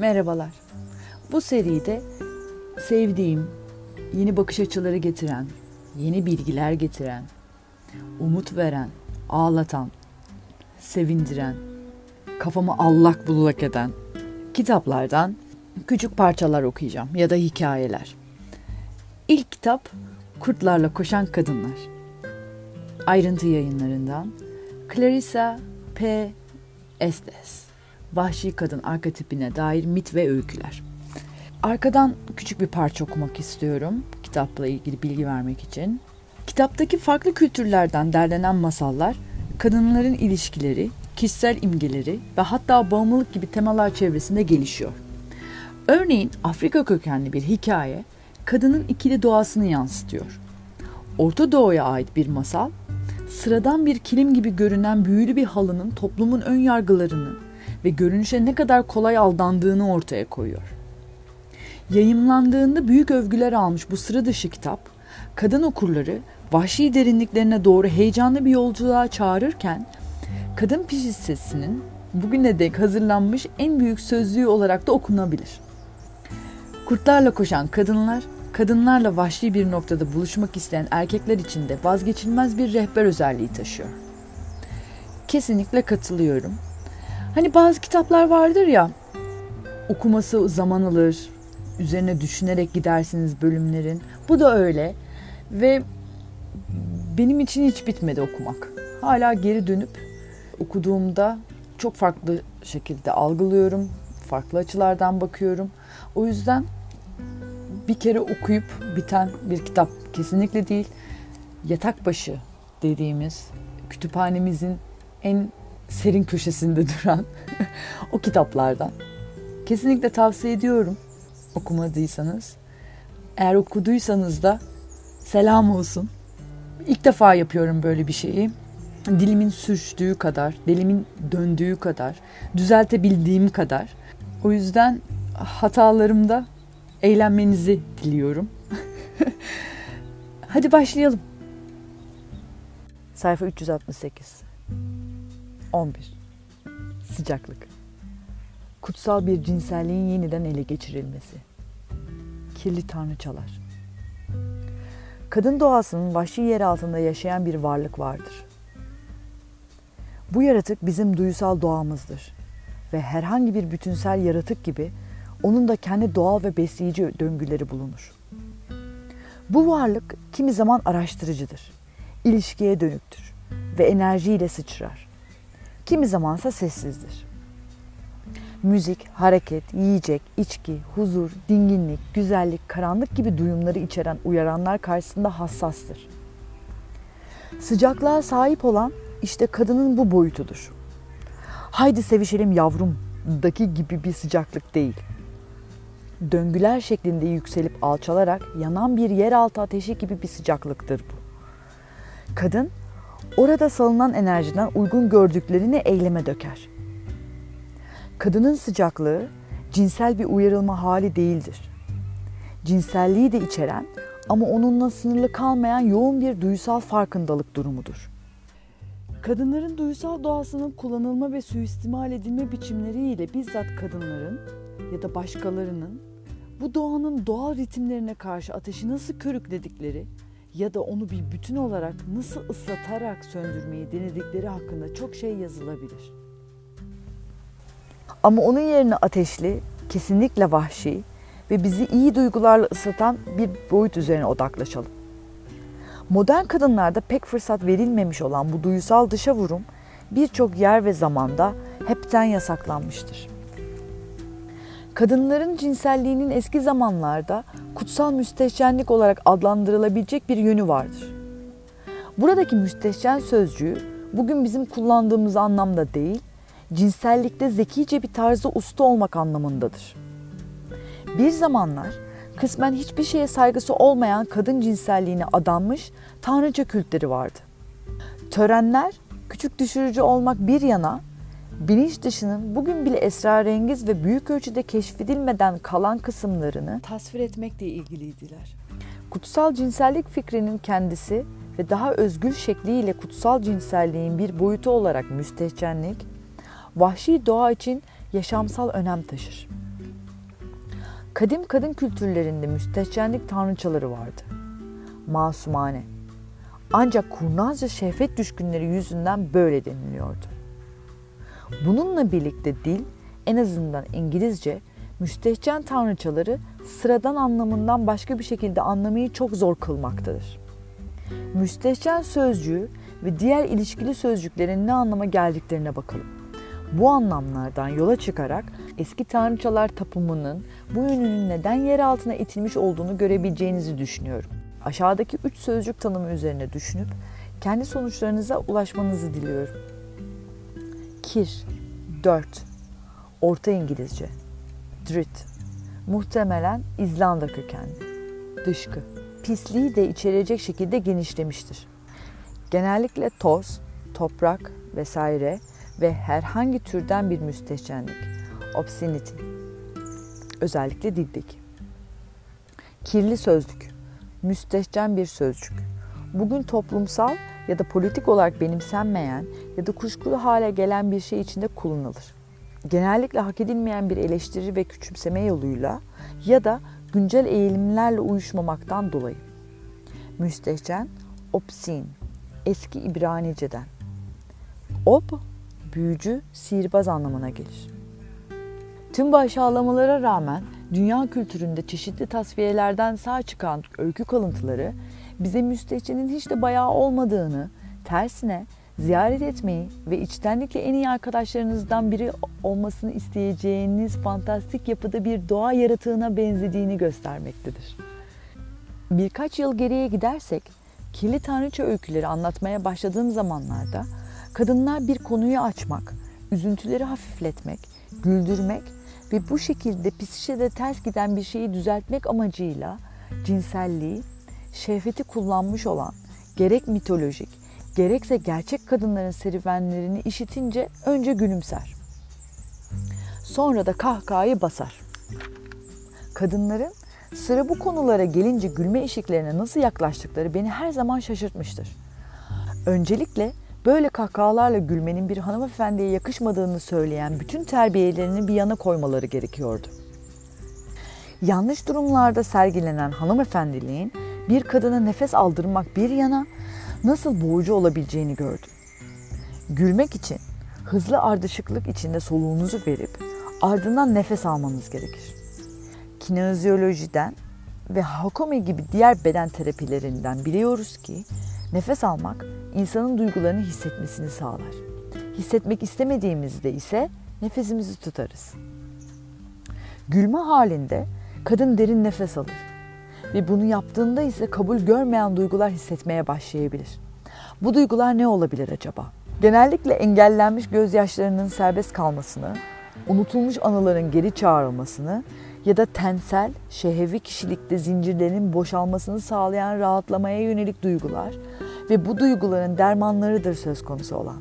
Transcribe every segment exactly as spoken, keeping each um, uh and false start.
Merhabalar. Bu seride sevdiğim, yeni bakış açıları getiren, yeni bilgiler getiren, umut veren, ağlatan, sevindiren, kafamı allak bullak eden kitaplardan küçük parçalar okuyacağım ya da hikayeler. İlk kitap Kurtlarla Koşan Kadınlar. Ayrıntı Yayınlarından Clarissa P. Estes. Vahşi kadın arketipine dair mit ve öyküler. Arkadan küçük bir parça okumak istiyorum kitapla ilgili bilgi vermek için. Kitaptaki farklı kültürlerden derlenen masallar, kadınların ilişkileri, kişisel imgeleri ve hatta bağımlılık gibi temalar çevresinde gelişiyor. Örneğin Afrika kökenli bir hikaye, kadının ikili doğasını yansıtıyor. Orta Doğu'ya ait bir masal, sıradan bir kilim gibi görünen büyülü bir halının toplumun ön yargılarını ve görünüşe ne kadar kolay aldandığını ortaya koyuyor. Yayımlandığında büyük övgüler almış bu sıra dışı kitap, kadın okurları vahşi derinliklerine doğru heyecanlı bir yolculuğa çağırırken, kadın psikolojisinin bugüne dek hazırlanmış en büyük sözlüğü olarak da okunabilir. Kurtlarla Koşan Kadınlar, kadınlarla vahşi bir noktada buluşmak isteyen erkekler için de vazgeçilmez bir rehber özelliği taşıyor. Kesinlikle katılıyorum. Hani bazı kitaplar vardır ya, okuması zaman alır, üzerine düşünerek gidersiniz bölümlerin. Bu da öyle ve benim için hiç bitmedi okumak. Hala geri dönüp okuduğumda çok farklı şekilde algılıyorum, farklı açılardan bakıyorum. O yüzden bir kere okuyup biten bir kitap kesinlikle değil. Yatak başı dediğimiz kütüphanemizin en serin köşesinde duran o kitaplardan. Kesinlikle tavsiye ediyorum okumadıysanız. Eğer okuduysanız da selam olsun. İlk defa yapıyorum böyle bir şeyi. Dilimin sürçtüğü kadar, dilimin döndüğü kadar, düzeltebildiğim kadar. O yüzden hatalarımda eğlenmenizi diliyorum. Hadi başlayalım. Sayfa üç yüz altmış sekiz. on bir. Sıcaklık. Kutsal bir cinselliğin yeniden ele geçirilmesi. Kirli tanrıçalar. Kadın doğasının vahşi yer altında yaşayan bir varlık vardır. Bu yaratık bizim duysal doğamızdır ve herhangi bir bütünsel yaratık gibi onun da kendi doğal ve besleyici döngüleri bulunur. Bu varlık kimi zaman araştırıcıdır, ilişkiye dönüktür ve enerjiyle sıçrar. Kimi zamansa sessizdir. Müzik, hareket, yiyecek, içki, huzur, dinginlik, güzellik, karanlık gibi duyumları içeren uyaranlar karşısında hassastır. Sıcaklığa sahip olan işte kadının bu boyutudur. Haydi sevişelim yavrumdaki gibi bir sıcaklık değil. Döngüler şeklinde yükselip alçalarak yanan bir yeraltı ateşi gibi bir sıcaklıktır bu. Kadın, orada salınan enerjiden uygun gördüklerini eyleme döker. Kadının sıcaklığı cinsel bir uyarılma hali değildir. Cinselliği de içeren ama onunla sınırlı kalmayan yoğun bir duysal farkındalık durumudur. Kadınların duysal doğasının kullanılma ve suistimal edilme biçimleriyle bizzat kadınların ya da başkalarının bu doğanın doğal ritimlerine karşı ateşi nasıl körükledikleri ya da onu bir bütün olarak nasıl ıslatarak söndürmeyi denedikleri hakkında çok şey yazılabilir. Ama onun yerine ateşli, kesinlikle vahşi ve bizi iyi duygularla ıslatan bir boyut üzerine odaklaşalım. Modern kadınlarda pek fırsat verilmemiş olan bu duysal dışa vurum birçok yer ve zamanda hepten yasaklanmıştır. Kadınların cinselliğinin eski zamanlarda kutsal müstehcenlik olarak adlandırılabilecek bir yönü vardır. Buradaki müstehcen sözcüğü bugün bizim kullandığımız anlamda değil, cinsellikte zekice bir tarzda usta olmak anlamındadır. Bir zamanlar kısmen hiçbir şeye saygısı olmayan kadın cinselliğine adanmış tanrıça kültleri vardı. Törenler küçük düşürücü olmak bir yana, bilinç dışının bugün bile esrarengiz ve büyük ölçüde keşfedilmeden kalan kısımlarını tasvir etmekle ilgiliydiler. Kutsal cinsellik fikrinin kendisi ve daha özgür şekliyle kutsal cinselliğin bir boyutu olarak müstehcenlik, vahşi doğa için yaşamsal önem taşır. Kadim kadın kültürlerinde müstehcenlik tanrıçaları vardı. Masumane. Ancak kurnazca şehvet düşkünleri yüzünden böyle deniliyordu. Bununla birlikte dil, en azından İngilizce, müstehcen tanrıçaları sıradan anlamından başka bir şekilde anlamayı çok zor kılmaktadır. Müstehcen sözcüğü ve diğer ilişkili sözcüklerin ne anlama geldiklerine bakalım. Bu anlamlardan yola çıkarak eski tanrıçalar tapımının bu yönünün neden yer altına itilmiş olduğunu görebileceğinizi düşünüyorum. Aşağıdaki üç sözcük tanımı üzerine düşünüp kendi sonuçlarınıza ulaşmanızı diliyorum. Kir, dirt, Orta İngilizce, drit, muhtemelen İzlanda kökenli, dışkı, pisliği de içerecek şekilde genişlemiştir. Genellikle toz, toprak vesaire ve herhangi türden bir müstehcenlik, obscenity, özellikle dildeki. Kirli sözlük, müstehcen bir sözcük. Bugün toplumsal ya da politik olarak benimsenmeyen ya da kuşkulu hale gelen bir şey içinde kullanılır. Genellikle hak edilmeyen bir eleştiri ve küçümseme yoluyla ya da güncel eğilimlerle uyuşmamaktan dolayı. Müstehcen, obscene, eski İbranice'den. Ob, büyücü, sihirbaz anlamına gelir. Tüm bu aşağılamalara rağmen dünya kültüründe çeşitli tasfiyelerden sağ çıkan öykü kalıntıları bize müstehcenin hiç de bayağı olmadığını, tersine ziyaret etmeyi ve içtenlikle en iyi arkadaşlarınızdan biri olmasını isteyeceğiniz fantastik yapıda bir doğa yaratığına benzediğini göstermektedir. Birkaç yıl geriye gidersek, kirli tanrıça öyküleri anlatmaya başladığım zamanlarda kadınlar bir konuyu açmak, üzüntüleri hafifletmek, güldürmek ve bu şekilde psikişede ters giden bir şeyi düzeltmek amacıyla cinselliği, şehveti kullanmış olan gerek mitolojik, gerekse gerçek kadınların serüvenlerini işitince önce gülümser. Sonra da kahkahayı basar. Kadınların sıra bu konulara gelince gülme eşiklerine nasıl yaklaştıkları beni her zaman şaşırtmıştır. Öncelikle böyle kahkahalarla gülmenin bir hanımefendiye yakışmadığını söyleyen bütün terbiyelerini bir yana koymaları gerekiyordu. Yanlış durumlarda sergilenen hanımefendiliğin bir kadına nefes aldırmak bir yana nasıl boğucu olabileceğini gördüm. Gülmek için hızlı ardışıklık içinde soluğunuzu verip ardından nefes almanız gerekir. Kinezyolojiden ve Hakomi gibi diğer beden terapilerinden biliyoruz ki nefes almak insanın duygularını hissetmesini sağlar. Hissetmek istemediğimizde ise nefesimizi tutarız. Gülme halinde kadın derin nefes alır ve bunu yaptığında ise kabul görmeyen duygular hissetmeye başlayabilir. Bu duygular ne olabilir acaba? Genellikle engellenmiş gözyaşlarının serbest kalmasını, unutulmuş anıların geri çağrılmasını ya da tensel, şehvi kişilikte zincirlerin boşalmasını sağlayan rahatlamaya yönelik duygular ve bu duyguların dermanlarıdır söz konusu olan.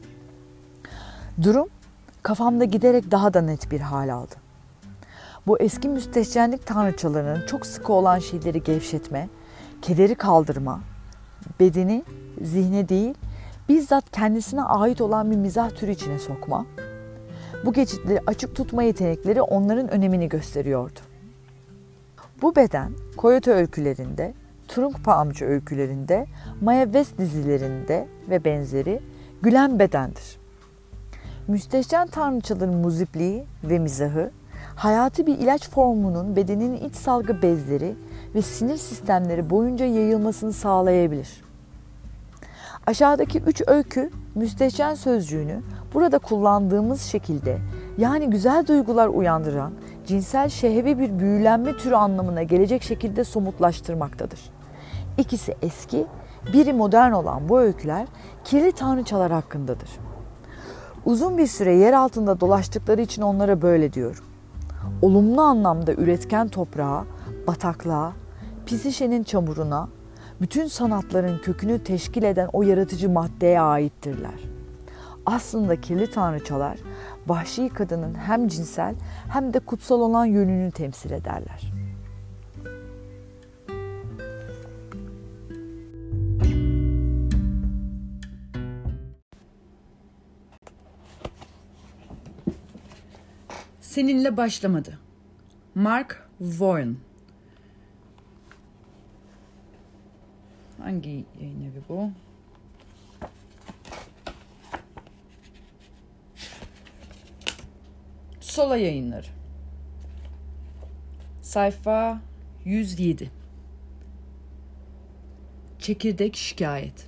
Durum kafamda giderek daha da net bir hal aldı. Bu eski müstehcenlik tanrıçalarının çok sıkı olan şeyleri gevşetme, kederi kaldırma, bedeni zihne değil, bizzat kendisine ait olan bir mizah türü içine sokma, bu geçitleri açık tutma yetenekleri onların önemini gösteriyordu. Bu beden, Coyote öykülerinde, Trungpa amca öykülerinde, Maya West dizilerinde ve benzeri gülen bedendir. Müstehcen tanrıçaların muzipliği ve mizahı, hayati bir ilaç formunun bedenin iç salgı bezleri ve sinir sistemleri boyunca yayılmasını sağlayabilir. Aşağıdaki üç öykü, müstehcen sözcüğünü burada kullandığımız şekilde, yani güzel duygular uyandıran, cinsel şehvi bir büyülenme türü anlamına gelecek şekilde somutlaştırmaktadır. İkisi eski, biri modern olan bu öyküler kirli tanrıçalar hakkındadır. Uzun bir süre yer altında dolaştıkları için onlara böyle diyorum. Olumlu anlamda üretken toprağa, bataklığa, psişenin çamuruna, bütün sanatların kökünü teşkil eden o yaratıcı maddeye aittirler. Aslında kirli tanrıçalar, vahşi kadının hem cinsel hem de kutsal olan yönünü temsil ederler. Seninle başlamadı. Mark Warren. Hangi yayın evi bu? Sola Yayınları. Sayfa yüz yedi. Çekirdek şikayet.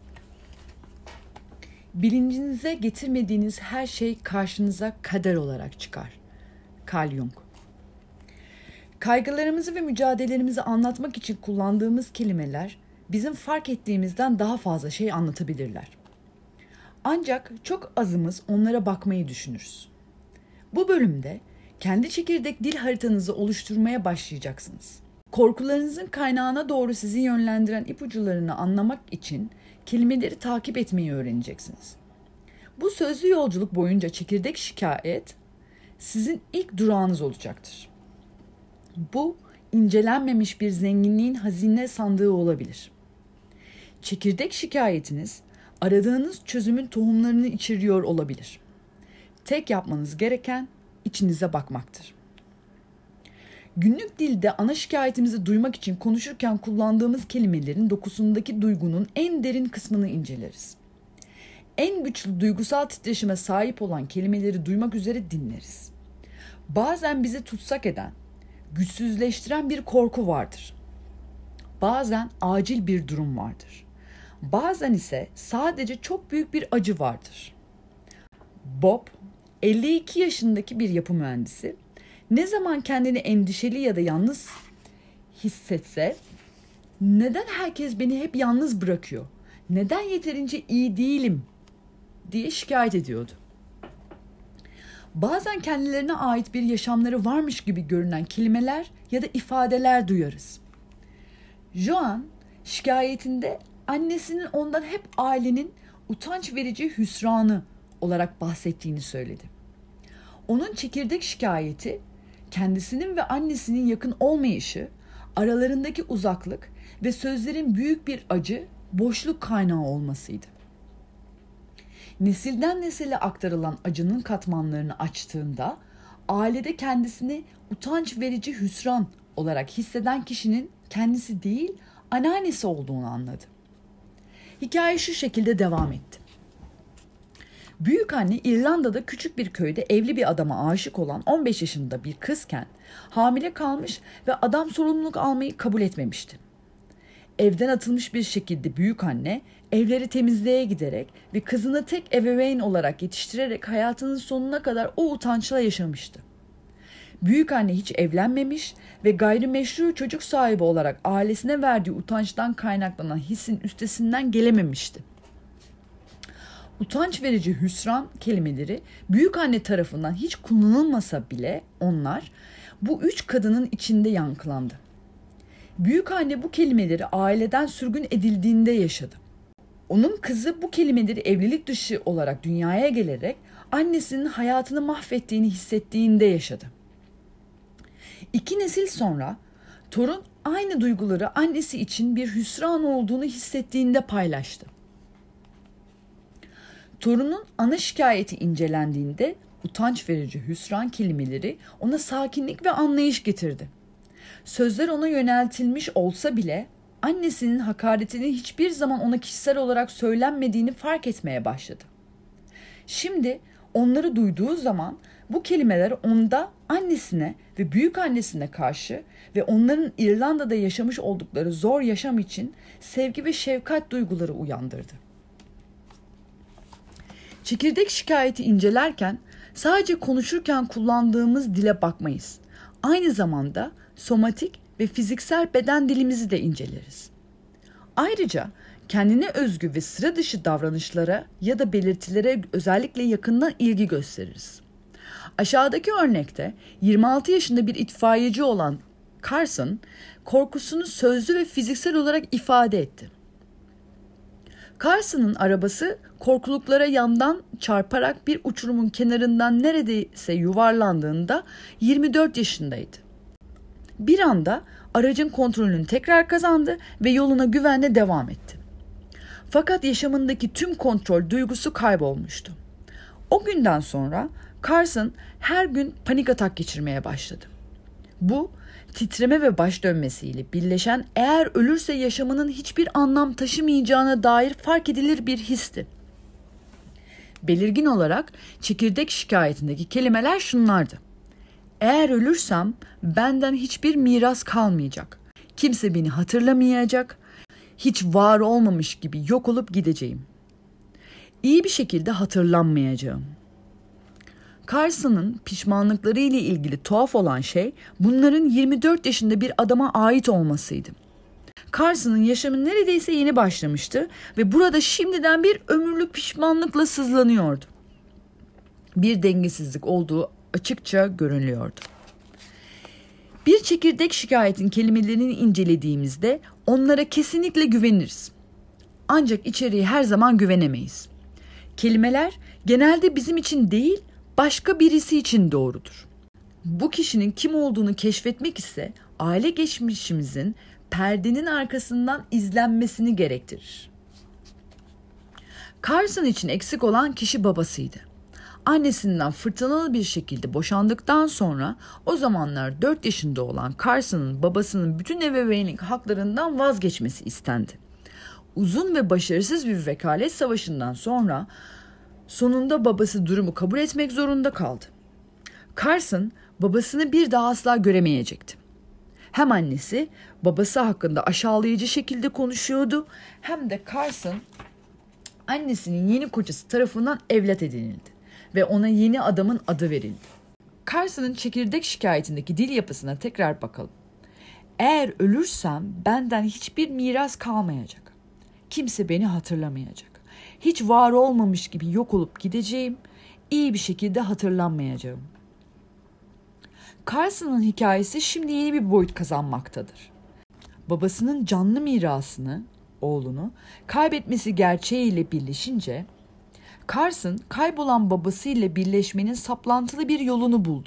Bilincinize getirmediğiniz her şey karşınıza kader olarak çıkar. Carl Jung. Kaygılarımızı ve mücadelelerimizi anlatmak için kullandığımız kelimeler bizim fark ettiğimizden daha fazla şey anlatabilirler. Ancak çok azımız onlara bakmayı düşünürüz. Bu bölümde kendi çekirdek dil haritanızı oluşturmaya başlayacaksınız. Korkularınızın kaynağına doğru sizi yönlendiren ipuçlarını anlamak için kelimeleri takip etmeyi öğreneceksiniz. Bu sözlü yolculuk boyunca çekirdek şikayet sizin ilk durağınız olacaktır. Bu, incelenmemiş bir zenginliğin hazine sandığı olabilir. Çekirdek şikayetiniz, aradığınız çözümün tohumlarını içeriyor olabilir. Tek yapmanız gereken içinize bakmaktır. Günlük dilde ana şikayetimizi duymak için konuşurken kullandığımız kelimelerin dokusundaki duygunun en derin kısmını inceleriz. En güçlü duygusal titreşime sahip olan kelimeleri duymak üzere dinleriz. Bazen bizi tutsak eden, güçsüzleştiren bir korku vardır. Bazen acil bir durum vardır. Bazen ise sadece çok büyük bir acı vardır. Bob, elli iki yaşındaki bir yapı mühendisi, ne zaman kendini endişeli ya da yalnız hissetse, neden herkes beni hep yalnız bırakıyor, neden yeterince iyi değilim diye şikayet ediyordu. Bazen kendilerine ait bir yaşamları varmış gibi görünen kelimeler ya da ifadeler duyarız. Joan şikayetinde annesinin ondan hep ailenin utanç verici hüsranı olarak bahsettiğini söyledi. Onun çekirdek şikayeti kendisinin ve annesinin yakın olmayışı, aralarındaki uzaklık ve sözlerin büyük bir acı, boşluk kaynağı olmasıydı. Nesilden nesile aktarılan acının katmanlarını açtığında ailede kendisini utanç verici hüsran olarak hisseden kişinin kendisi değil, anneannesi olduğunu anladı. Hikaye şu şekilde devam etti. Büyükanne İrlanda'da küçük bir köyde evli bir adama aşık olan on beş yaşında bir kızken hamile kalmış ve adam sorumluluk almayı kabul etmemişti. Evden atılmış bir şekilde büyükanne evleri temizliğe giderek ve kızını tek ebeveyn olarak yetiştirerek hayatının sonuna kadar o utançla yaşamıştı. Büyükanne hiç evlenmemiş ve gayrimeşru çocuk sahibi olarak ailesine verdiği utançtan kaynaklanan hissin üstesinden gelememişti. Utanç verici hüsran kelimeleri büyükanne tarafından hiç kullanılmasa bile onlar bu üç kadının içinde yankılandı. Büyükanne bu kelimeleri aileden sürgün edildiğinde yaşadı. Onun kızı bu kelimeleri evlilik dışı olarak dünyaya gelerek annesinin hayatını mahvettiğini hissettiğinde yaşadı. İki nesil sonra torun aynı duyguları annesi için bir hüsran olduğunu hissettiğinde paylaştı. Torunun ana şikayeti incelendiğinde utanç verici hüsran kelimeleri ona sakinlik ve anlayış getirdi. Sözler ona yöneltilmiş olsa bile annesinin hakaretinin hiçbir zaman ona kişisel olarak söylenmediğini fark etmeye başladı. Şimdi onları duyduğu zaman bu kelimeler onda annesine ve büyükannesine karşı ve onların İrlanda'da yaşamış oldukları zor yaşam için sevgi ve şefkat duyguları uyandırdı. Çekirdek şikayeti incelerken sadece konuşurken kullandığımız dile bakmayız. Aynı zamanda somatik ve fiziksel beden dilimizi de inceleriz. Ayrıca kendine özgü ve sıra dışı davranışlara ya da belirtilere özellikle yakından ilgi gösteririz. Aşağıdaki örnekte yirmi altı yaşında bir itfaiyeci olan Carson korkusunu sözlü ve fiziksel olarak ifade etti. Carson'ın arabası korkuluklara yandan çarparak bir uçurumun kenarından neredeyse yuvarlandığında yirmi dört yaşındaydı. Bir anda aracın kontrolünü tekrar kazandı ve yoluna güvenle devam etti. Fakat yaşamındaki tüm kontrol duygusu kaybolmuştu. O günden sonra Carson her gün panik atak geçirmeye başladı. Bu titreme ve baş dönmesiyle birleşen, eğer ölürse yaşamının hiçbir anlam taşımayacağına dair fark edilir bir histi. Belirgin olarak çekirdek şikayetindeki kelimeler şunlardı: eğer ölürsem benden hiçbir miras kalmayacak. Kimse beni hatırlamayacak. Hiç var olmamış gibi yok olup gideceğim. İyi bir şekilde hatırlanmayacağım. Carson'ın pişmanlıkları ile ilgili tuhaf olan şey bunların yirmi dört yaşında bir adama ait olmasıydı. Carson'ın yaşamı neredeyse yeni başlamıştı ve burada şimdiden bir ömürlük pişmanlıkla sızlanıyordu. Bir dengesizlik olduğu açıkça görünüyordu. Bir çekirdek şikayetin kelimelerini incelediğimizde onlara kesinlikle güveniriz. Ancak içeriği her zaman güvenemeyiz. Kelimeler genelde bizim için değil, başka birisi için doğrudur. Bu kişinin kim olduğunu keşfetmek ise aile geçmişimizin perdenin arkasından izlenmesini gerektirir. Carson için eksik olan kişi babasıydı. Annesinden fırtınalı bir şekilde boşandıktan sonra o zamanlar dört yaşında olan Carson'ın babasının bütün ebeveynlik haklarından vazgeçmesi istendi. Uzun ve başarısız bir vekalet savaşından sonra sonunda babası durumu kabul etmek zorunda kaldı. Carson babasını bir daha asla göremeyecekti. Hem annesi babası hakkında aşağılayıcı şekilde konuşuyordu, hem de Carson annesinin yeni kocası tarafından evlat edinildi ve ona yeni adamın adı verildi. Carson'ın çekirdek şikayetindeki dil yapısına tekrar bakalım. Eğer ölürsem benden hiçbir miras kalmayacak. Kimse beni hatırlamayacak. Hiç var olmamış gibi yok olup gideceğim. İyi bir şekilde hatırlanmayacağım. Carson'ın hikayesi şimdi yeni bir boyut kazanmaktadır. Babasının canlı mirasını, oğlunu, kaybetmesi gerçeğiyle birleşince Carson kaybolan babasıyla birleşmenin saplantılı bir yolunu buldu.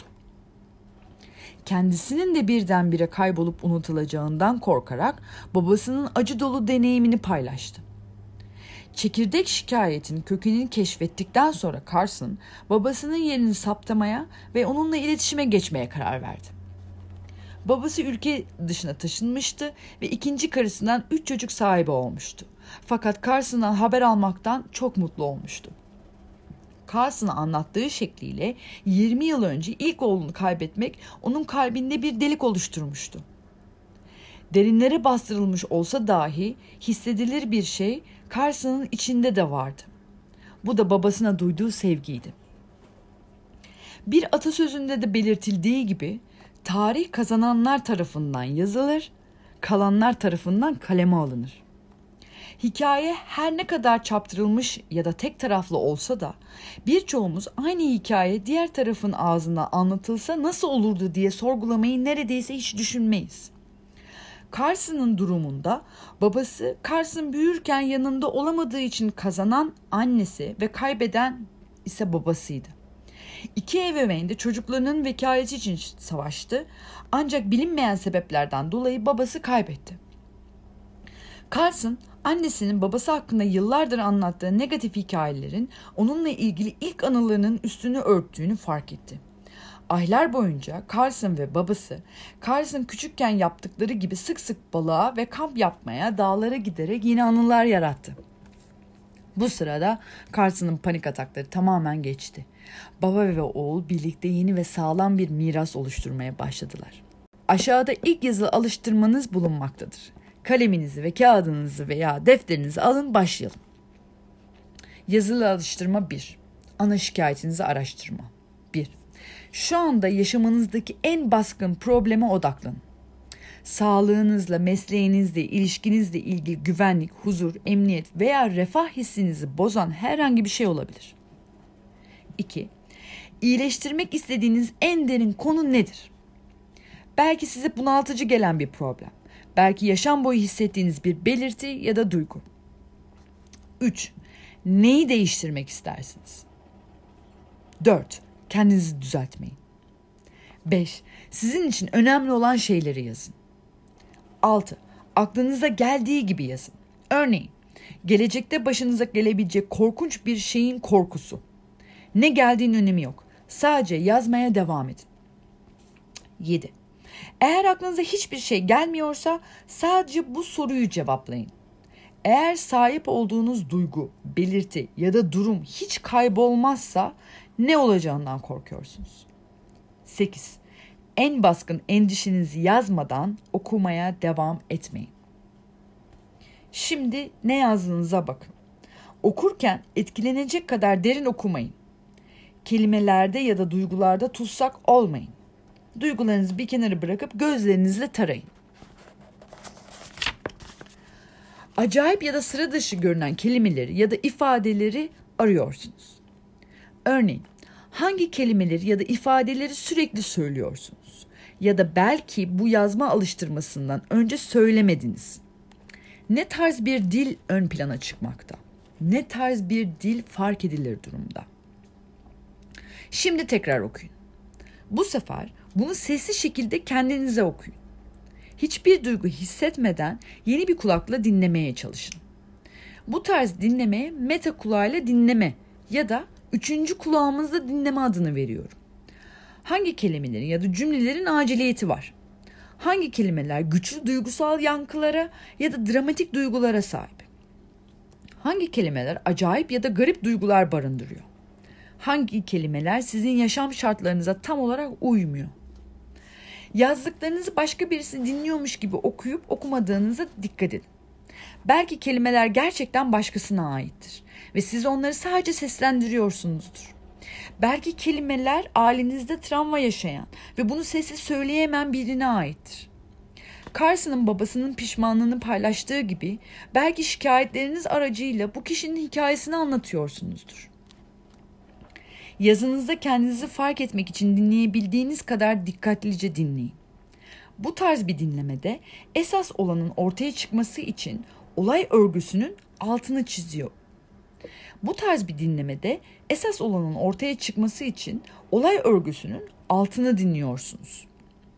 Kendisinin de birdenbire kaybolup unutulacağından korkarak babasının acı dolu deneyimini paylaştı. Çekirdek şikayetin kökenini keşfettikten sonra Carson babasının yerini saptamaya ve onunla iletişime geçmeye karar verdi. Babası ülke dışına taşınmıştı ve ikinci karısından üç çocuk sahibi olmuştu. Fakat Carson'dan haber almaktan çok mutlu olmuştu. Carson'a anlattığı şekliyle yirmi yıl önce ilk oğlunu kaybetmek onun kalbinde bir delik oluşturmuştu. Derinlere bastırılmış olsa dahi hissedilir bir şey Carson'ın içinde de vardı. Bu da babasına duyduğu sevgiydi. Bir atasözünde de belirtildiği gibi tarih kazananlar tarafından yazılır, kalanlar tarafından kaleme alınır. Hikaye her ne kadar çaptırılmış ya da tek taraflı olsa da birçoğumuz aynı hikaye diğer tarafın ağzına anlatılsa nasıl olurdu diye sorgulamayı neredeyse hiç düşünmeyiz. Carson'ın durumunda babası Carson büyürken yanında olamadığı için kazanan annesi ve kaybeden ise babasıydı. İki ebeveyn de çocuklarının vekaleti için savaştı, ancak bilinmeyen sebeplerden dolayı babası kaybetti. Carson, annesinin babası hakkında yıllardır anlattığı negatif hikayelerin onunla ilgili ilk anılarının üstünü örttüğünü fark etti. Aylar boyunca Carson ve babası, Carson küçükken yaptıkları gibi sık sık balığa ve kamp yapmaya dağlara giderek yeni anılar yarattı. Bu sırada Carson'ın panik atakları tamamen geçti. Baba ve oğul birlikte yeni ve sağlam bir miras oluşturmaya başladılar. Aşağıda ilk yazılı alıştırmanız bulunmaktadır. Kaleminizi ve kağıdınızı veya defterinizi alın, başlayalım. Yazılı alıştırma bir. Ana şikayetinizi araştırma. bir. Şu anda yaşamınızdaki en baskın probleme odaklanın. Sağlığınızla, mesleğinizle, ilişkinizle ilgili güvenlik, huzur, emniyet veya refah hissinizi bozan herhangi bir şey olabilir. iki. İyileştirmek istediğiniz en derin konu nedir? Belki size bunaltıcı gelen bir problem. Belki yaşam boyu hissettiğiniz bir belirti ya da duygu. üç. Neyi değiştirmek istersiniz? dört. Kendinizi düzeltmeyin. beş. Sizin için önemli olan şeyleri yazın. altı. Aklınıza geldiği gibi yazın. Örneğin, gelecekte başınıza gelebilecek korkunç bir şeyin korkusu. Ne geldiğinin önemi yok. Sadece yazmaya devam edin. yedi. Eğer aklınıza hiçbir şey gelmiyorsa sadece bu soruyu cevaplayın. Eğer sahip olduğunuz duygu, belirti ya da durum hiç kaybolmazsa ne olacağından korkuyorsunuz? sekiz. En baskın endişenizi yazmadan okumaya devam etmeyin. Şimdi ne yazdığınıza bakın. Okurken etkilenecek kadar derin okumayın. Kelimelerde ya da duygularda tutsak olmayın. Duygularınızı bir kenara bırakıp gözlerinizle tarayın. Acayip ya da sıra dışı görünen kelimeleri ya da ifadeleri arıyorsunuz. Örneğin, hangi kelimeleri ya da ifadeleri sürekli söylüyorsunuz? Ya da belki bu yazma alıştırmasından önce söylemediniz. Ne tarz bir dil ön plana çıkmakta? Ne tarz bir dil fark edilir durumda? Şimdi tekrar okuyun. Bu sefer bunu sesli şekilde kendinize okuyun. Hiçbir duygu hissetmeden yeni bir kulakla dinlemeye çalışın. Bu tarz dinlemeye meta kulağıyla dinleme ya da üçüncü kulağımızda dinleme adını veriyorum. Hangi kelimelerin ya da cümlelerin aciliyeti var? Hangi kelimeler güçlü duygusal yankılara ya da dramatik duygulara sahip? Hangi kelimeler acayip ya da garip duygular barındırıyor? Hangi kelimeler sizin yaşam şartlarınıza tam olarak uymuyor? Yazdıklarınızı başka birisi dinliyormuş gibi okuyup okumadığınıza dikkat edin. Belki kelimeler gerçekten başkasına aittir ve siz onları sadece seslendiriyorsunuzdur. Belki kelimeler ailenizde travma yaşayan ve bunu sessiz söyleyemeyen birine aittir. Carson'ın babasının pişmanlığını paylaştığı gibi belki şikayetleriniz aracıyla bu kişinin hikayesini anlatıyorsunuzdur. Yazınızda kendinizi fark etmek için dinleyebildiğiniz kadar dikkatlice dinleyin. Bu tarz bir dinlemede esas olanın ortaya çıkması için olay örgüsünün altını çiziyor. Bu tarz bir dinlemede esas olanın ortaya çıkması için olay örgüsünün altını dinliyorsunuz.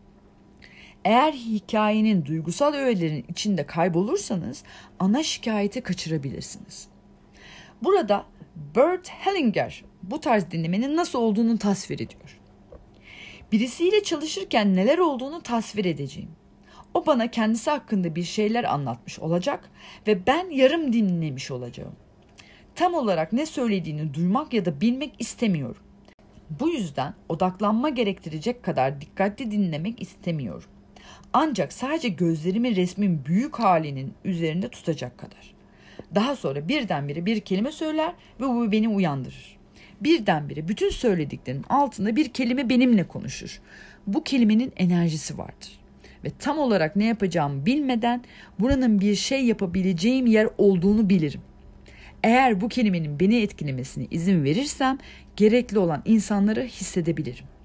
Eğer hikayenin duygusal öğelerin içinde kaybolursanız ana şikayeti kaçırabilirsiniz. Burada Bert Hellinger bu tarz dinlemenin nasıl olduğunu tasvir ediyor. Birisiyle çalışırken neler olduğunu tasvir edeceğim. O bana kendisi hakkında bir şeyler anlatmış olacak ve ben yarım dinlemiş olacağım. Tam olarak ne söylediğini duymak ya da bilmek istemiyorum. Bu yüzden odaklanma gerektirecek kadar dikkatli dinlemek istemiyorum. Ancak sadece gözlerimi resmin büyük halinin üzerinde tutacak kadar. Daha sonra birdenbire bir kelime söyler ve bu beni uyandırır. Birdenbire bütün söylediklerinin altında bir kelime benimle konuşur. Bu kelimenin enerjisi vardır. Ve tam olarak ne yapacağımı bilmeden buranın bir şey yapabileceğim yer olduğunu bilirim. Eğer bu kelimenin beni etkilemesine izin verirsem gerekli olan insanları hissedebilirim.